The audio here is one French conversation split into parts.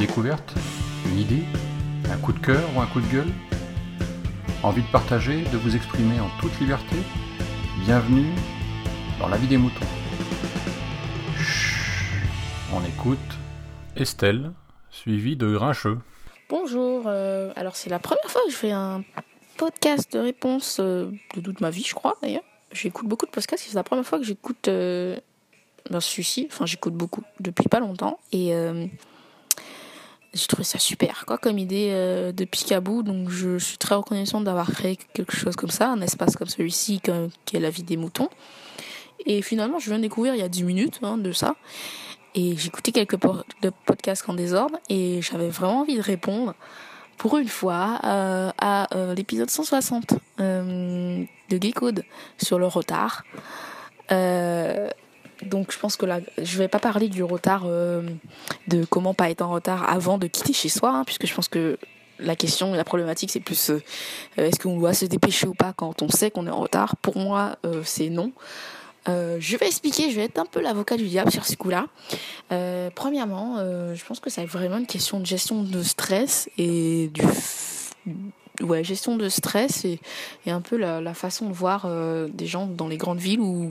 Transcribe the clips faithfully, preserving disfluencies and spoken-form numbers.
découverte, une idée, un coup de cœur ou un coup de gueule? Envie de partager, de vous exprimer en toute liberté? Bienvenue dans la vie des moutons. Chut, on écoute Estelle, suivie de Grincheux. Bonjour, euh, alors c'est la première fois que je fais un podcast de réponse euh, de toute ma vie, je crois d'ailleurs. J'écoute beaucoup de podcasts et c'est la première fois que j'écoute euh, ben, celui-ci, enfin j'écoute beaucoup depuis pas longtemps et euh, j'ai trouvé ça super quoi comme idée euh, de Picaboo, donc je suis très reconnaissante d'avoir créé quelque chose comme ça, un espace comme celui-ci comme, qui est la vie des moutons. Et finalement je viens de découvrir il y a dix minutes hein, de ça. Et j'écoutais quelques po- de podcasts en désordre et j'avais vraiment envie de répondre pour une fois euh, à euh, l'épisode cent soixante euh, de Geekode sur le retard. Euh, donc je pense que là, je vais pas parler du retard, euh, de comment pas être en retard avant de quitter chez soi, hein, puisque je pense que la question et la problématique c'est plus euh, est-ce qu'on doit se dépêcher ou pas quand on sait qu'on est en retard. Pour moi, euh, c'est non. Euh, je vais expliquer, je vais être un peu l'avocat du diable sur ce coup-là. Euh, premièrement, euh, je pense que c'est vraiment une question de gestion de stress et du, ouais, gestion de stress et, et un peu la, la façon de voir euh, des gens dans les grandes villes où,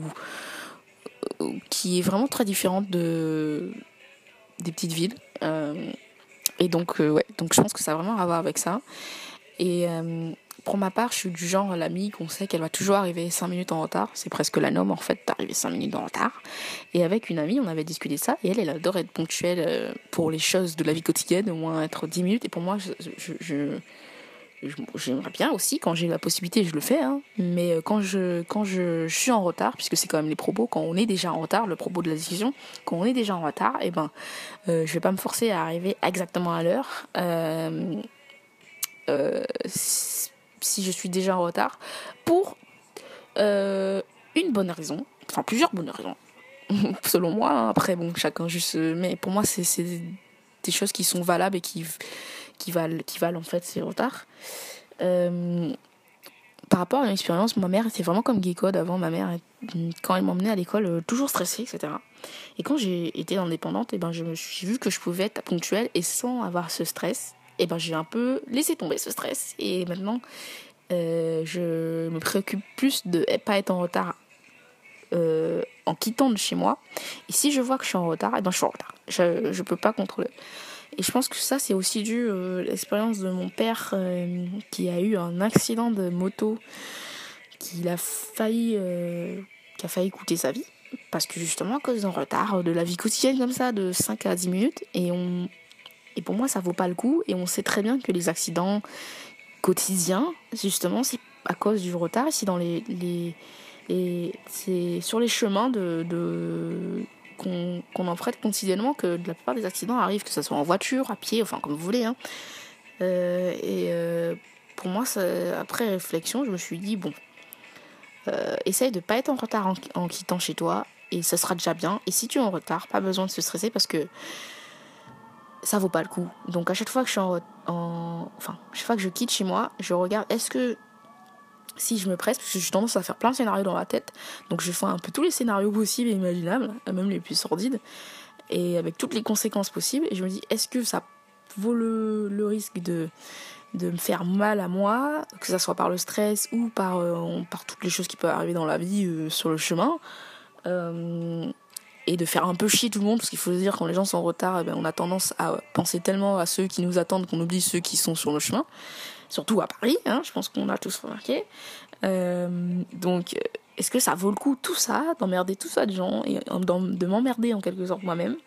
où, qui est vraiment très différente de des petites villes. Euh, et donc, euh, ouais, donc je pense que ça a vraiment à voir avec ça. Et euh, pour ma part, je suis du genre l'amie qu'on sait qu'elle va toujours arriver cinq minutes en retard. C'est presque la norme en fait d'arriver cinq minutes en retard. Et avec une amie, on avait discuté de ça. Et elle, elle adore être ponctuelle euh, pour les choses de la vie quotidienne, au moins être dix minutes. Et pour moi, je, je, je, je, j'aimerais bien aussi, quand j'ai la possibilité, je le fais. Hein. Mais quand, je, quand je, je suis en retard, puisque c'est quand même les propos, quand on est déjà en retard, le propos de la discussion, quand on est déjà en retard, eh ben, euh, je vais pas me forcer à arriver exactement à l'heure. Euh, euh, si je suis déjà en retard, pour euh, une bonne raison, enfin plusieurs bonnes raisons, selon moi. Hein. Après, bon, chacun juste. Mais pour moi, c'est, c'est des choses qui sont valables et qui, qui, valent, qui valent en fait ces retards. Euh, par rapport à une expérience, ma mère était vraiment comme Geekode avant. Ma mère, quand elle m'emmenait à l'école, toujours stressée, et cetera. Et quand j'ai été indépendante, et ben, je me suis, j'ai vu que je pouvais être ponctuelle et sans avoir ce stress. Et ben, j'ai un peu laissé tomber ce stress. Et maintenant, euh, je me préoccupe plus de ne pas être en retard euh, en quittant de chez moi. Et si je vois que je suis en retard, et ben, je suis en retard. Je ne peux pas contrôler. Et je pense que ça, c'est aussi dû euh, à l'expérience de mon père euh, qui a eu un accident de moto qui a failli, euh, qui a failli coûter sa vie. Parce que justement, à cause d'un retard de la vie quotidienne comme ça, de cinq à dix minutes. Et, on... et pour moi, ça vaut pas le coup. Et on sait très bien que les accidents quotidiens, justement, c'est à cause du retard. Si dans les... les, les c'est sur les chemins de... de Qu'on, qu'on emprunte quotidiennement que la plupart des accidents arrivent, que ce soit en voiture, à pied, enfin comme vous voulez. Hein. Euh, et euh, pour moi, ça, après réflexion, je me suis dit, bon, euh, essaye de ne pas être en retard en, en quittant chez toi, et ça sera déjà bien. Et si tu es en retard, pas besoin de se stresser parce que ça vaut pas le coup. Donc à chaque fois que je suis en, en enfin, chaque fois que je quitte chez moi, je regarde, est-ce que si je me presse, parce que j'ai tendance à faire plein de scénarios dans ma tête, donc je fais un peu tous les scénarios possibles et imaginables, même les plus sordides, et avec toutes les conséquences possibles, et je me dis, est-ce que ça vaut le, le risque de, de me faire mal à moi, que ça soit par le stress ou par, euh, par toutes les choses qui peuvent arriver dans la vie euh, sur le chemin, euh, et de faire un peu chier tout le monde, parce qu'il faut se dire, quand les gens sont en retard, eh ben, on a tendance à penser tellement à ceux qui nous attendent qu'on oublie ceux qui sont sur le chemin. Surtout à Paris, hein, je pense qu'on a tous remarqué. Euh, donc, est-ce que ça vaut le coup, tout ça, d'emmerder tout ça de gens, et de m'emmerder en quelque sorte moi-même,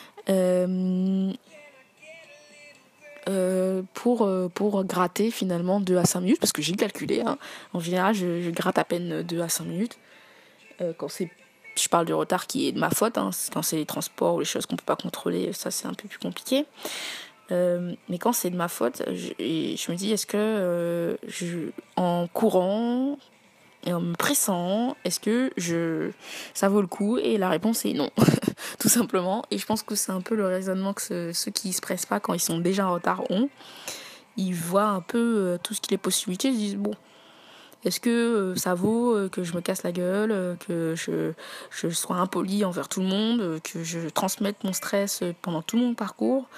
euh, euh, pour, pour gratter finalement deux à cinq minutes, parce que j'ai calculé, hein, en général, je, je gratte à peine deux à cinq minutes. Euh, quand c'est, je parle du retard qui est de ma faute, hein, quand c'est les transports ou les choses qu'on ne peut pas contrôler, ça c'est un peu plus compliqué. Euh, mais quand c'est de ma faute, je, je me dis, est-ce que euh, je, en courant et en me pressant, est-ce que je, ça vaut le coup? Et la réponse est non, tout simplement. Et je pense que c'est un peu le raisonnement que ce, ceux qui ne se pressent pas quand ils sont déjà en retard ont. Ils voient un peu euh, tout ce qui est possibilité, ils se disent, bon, est-ce que euh, ça vaut euh, que je me casse la gueule, euh, que je, je sois impoli envers tout le monde, euh, que je transmette mon stress pendant tout mon parcours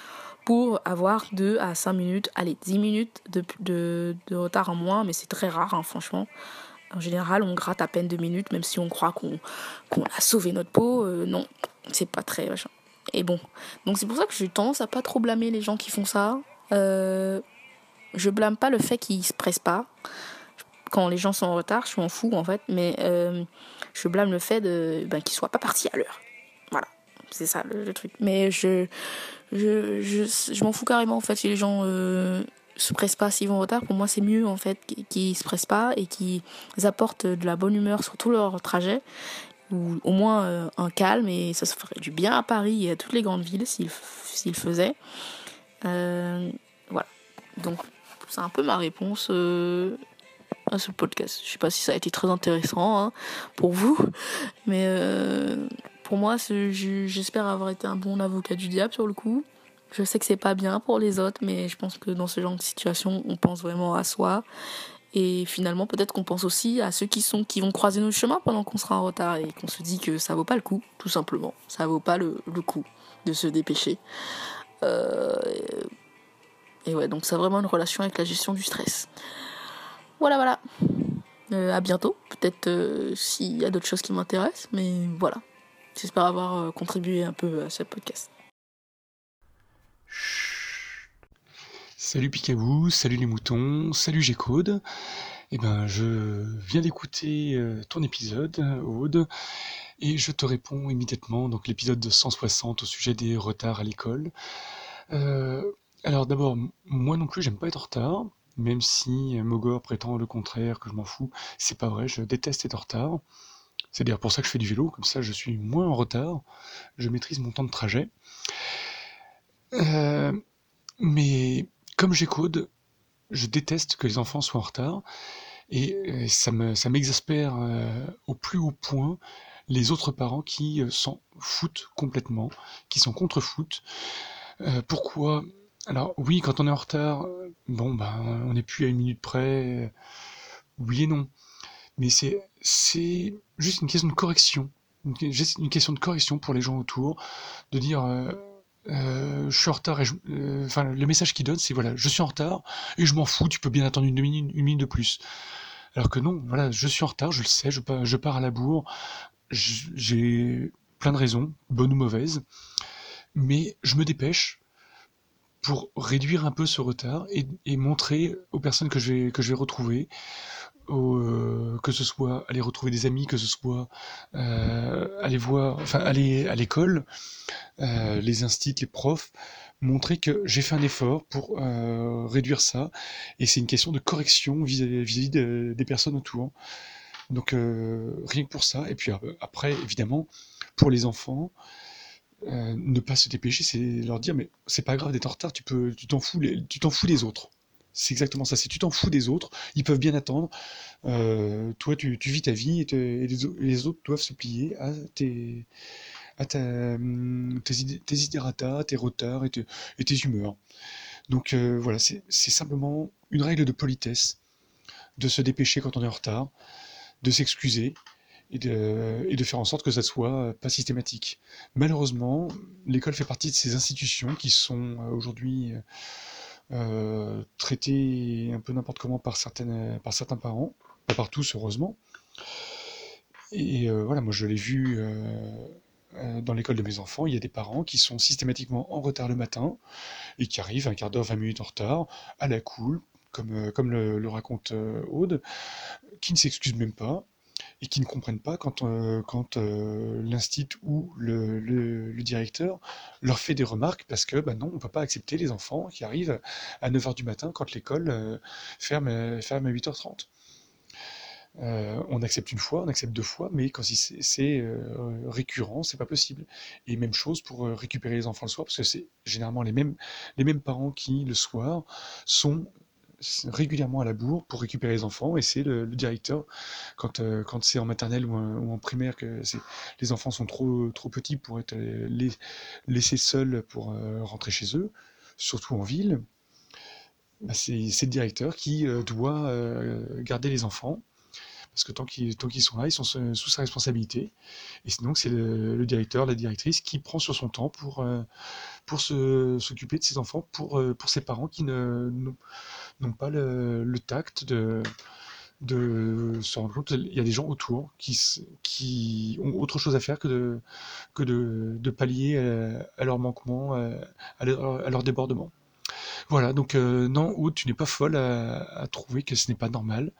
pour avoir deux à cinq minutes, allez, dix minutes de, de, de retard en moins, mais c'est très rare, hein, franchement. En général, on gratte à peine deux minutes, même si on croit qu'on, qu'on a sauvé notre peau. Euh, non, c'est pas très machin. Et bon, donc c'est pour ça que j'ai tendance à pas trop blâmer les gens qui font ça. Euh, je blâme pas le fait qu'ils se pressent pas. Quand les gens sont en retard, je m'en fous en fait, mais euh, je blâme le fait de, ben, qu'ils soient pas partis à l'heure. Voilà, c'est ça le, le truc. Mais je, je, je, je m'en fous carrément en fait si les gens euh, se pressent pas, s'ils vont en retard. Pour moi, c'est mieux en fait qu'ils, qu'ils se pressent pas et qu'ils apportent de la bonne humeur sur tout leur trajet, ou au moins euh, un calme, et ça se ferait du bien à Paris et à toutes les grandes villes s'ils, s'ils faisaient. Euh, voilà. Donc c'est un peu ma réponse euh, à ce podcast. Je sais pas si ça a été très intéressant hein, pour vous, mais euh, pour moi, c'est, j'espère avoir été un bon avocat du diable sur le coup. Je sais que c'est pas bien pour les autres, mais je pense que dans ce genre de situation, on pense vraiment à soi. Et finalement, peut-être qu'on pense aussi à ceux qui sont qui vont croiser nos chemins pendant qu'on sera en retard et qu'on se dit que ça vaut pas le coup, tout simplement. Ça vaut pas le, le coup de se dépêcher. Euh, et ouais, donc ça a vraiment une relation avec la gestion du stress. Voilà, voilà. Euh, à bientôt. Peut-être euh, s'il y a d'autres choses qui m'intéressent, mais voilà. J'espère avoir euh, contribué un peu à ce podcast. Salut Picabou, salut les moutons, salut G-Code. Eh ben, je viens d'écouter euh, ton épisode, Aude, et je te réponds immédiatement. Donc l'épisode de cent soixante au sujet des retards à l'école. Euh, alors d'abord, moi non plus, j'aime pas être en retard, même si Mogor prétend le contraire, que je m'en fous. C'est pas vrai, je déteste être en retard. C'est d'ailleurs pour ça que je fais du vélo, comme ça je suis moins en retard, je maîtrise mon temps de trajet. Euh, mais comme G-Code, je déteste que les enfants soient en retard, et euh, ça, me, ça m'exaspère euh, au plus haut point les autres parents qui euh, s'en foutent complètement, qui sont contre foot. Euh, pourquoi? Alors oui, quand on est en retard, euh, bon ben on n'est plus à une minute près, euh, oui et non. Mais c'est, c'est juste une question de correction, une, juste une question de correction pour les gens autour, de dire euh, euh, je suis en retard et je, euh, enfin le message qu'ils donnent c'est voilà, je suis en retard et je m'en fous, tu peux bien attendre une minute, une minute de plus. Alors que non, voilà, je suis en retard, je le sais, je pars, je pars à la bourre, j'ai plein de raisons, bonnes ou mauvaises, mais je me dépêche pour réduire un peu ce retard et, et montrer aux personnes que je vais, que je vais retrouver, au, euh, que ce soit aller retrouver des amis, que ce soit euh, aller voir, enfin aller à l'école, euh, les instits, les profs, montrer que j'ai fait un effort pour euh, réduire ça, et c'est une question de correction vis-à-vis, vis-à-vis de, des personnes autour. Donc euh, rien que pour ça, et puis euh, après évidemment pour les enfants, euh, ne pas se dépêcher, c'est leur dire mais c'est pas grave d'être en retard, tu peux, tu t'en fous, les, tu t'en fous des autres. C'est exactement ça, c'est tu t'en fous des autres, ils peuvent bien attendre, euh, toi tu, tu vis ta vie et, te, et les, les autres doivent se plier à tes, à ta, tes, idées, tes idératas, tes retards et, te, et tes humeurs. Donc euh, voilà, c'est, c'est simplement une règle de politesse, de se dépêcher quand on est en retard, de s'excuser et de, et de faire en sorte que ça soit pas systématique. Malheureusement, l'école fait partie de ces institutions qui sont aujourd'hui euh, traitées un peu n'importe comment par, certaines, par certains parents, pas par tous heureusement. Et euh, voilà, moi je l'ai vu euh, euh, dans l'école de mes enfants, il y a des parents qui sont systématiquement en retard le matin et qui arrivent un quart d'heure, vingt minutes en retard, à la cool, comme, euh, comme le, le raconte euh, Aude, qui ne s'excusent même pas et qui ne comprennent pas quand, euh, quand euh, l'instit ou le, le, le directeur leur fait des remarques parce que bah non, on ne peut pas accepter les enfants qui arrivent à neuf heures du matin quand l'école euh, ferme, ferme à huit heures trente. Euh, on accepte une fois, on accepte deux fois, mais quand c'est, c'est euh, récurrent, c'est pas possible. Et même chose pour euh, récupérer les enfants le soir, parce que c'est généralement les mêmes, les mêmes parents qui, le soir, sont régulièrement à la bourre pour récupérer les enfants, et c'est le, le directeur, quand, euh, quand c'est en maternelle ou, en, ou en primaire, que c'est, les enfants sont trop, trop petits pour être les, laissés seuls pour euh, rentrer chez eux, surtout en ville, bah c'est, c'est le directeur qui euh, doit euh, garder les enfants, parce que tant qu'ils, tant qu'ils sont là, ils sont sous sous sa responsabilité. Et sinon, c'est le, le directeur, la directrice qui prend sur son temps pour, euh, pour se, s'occuper de ses enfants, pour, euh, pour ses parents qui ne, n'ont n'ont pas le, le tact de, de se rendre compte qu'il y a des gens autour qui, s- qui ont autre chose à faire que de, que de, de pallier à, à leurs manquements, à, à leur, à leur débordement. Voilà, donc euh, non, Aude, tu n'es pas folle à, à trouver que ce n'est pas normal.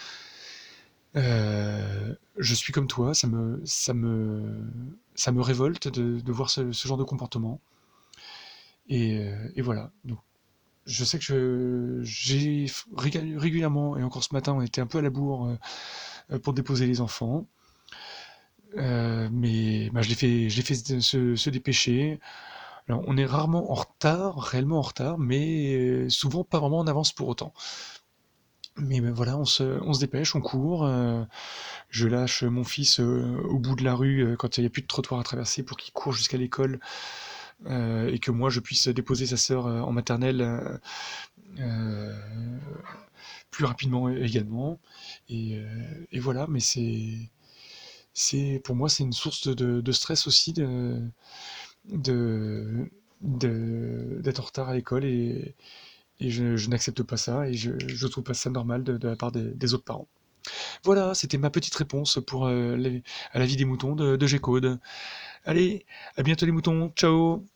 Euh, je suis comme toi, ça me, ça me, ça me révolte de, de voir ce, ce genre de comportement. Et, euh, et voilà. Donc, je sais que je, j'ai réga- régulièrement, et encore ce matin, on était un peu à la bourre euh, pour déposer les enfants. Euh, mais bah, je l'ai fait, je l'ai fait se, se dépêcher. Alors, on est rarement en retard, réellement en retard, mais euh, souvent pas vraiment en avance pour autant. Mais ben, voilà, on se, on se dépêche, on court. Euh, je lâche mon fils euh, au bout de la rue euh, quand il n'y a plus de trottoir à traverser pour qu'il court jusqu'à l'école euh, et que moi je puisse déposer sa sœur euh, en maternelle euh, euh, plus rapidement également. Et, euh, et voilà, mais c'est, c'est, pour moi, c'est une source de, de stress aussi de, de, de- d'être en retard à l'école et, et je, je n'accepte pas ça et je, je trouve pas ça normal de, de la part des, des autres parents. Voilà, c'était ma petite réponse pour euh, les- à la vie des moutons de, de G-Code. Allez, à bientôt les moutons, ciao!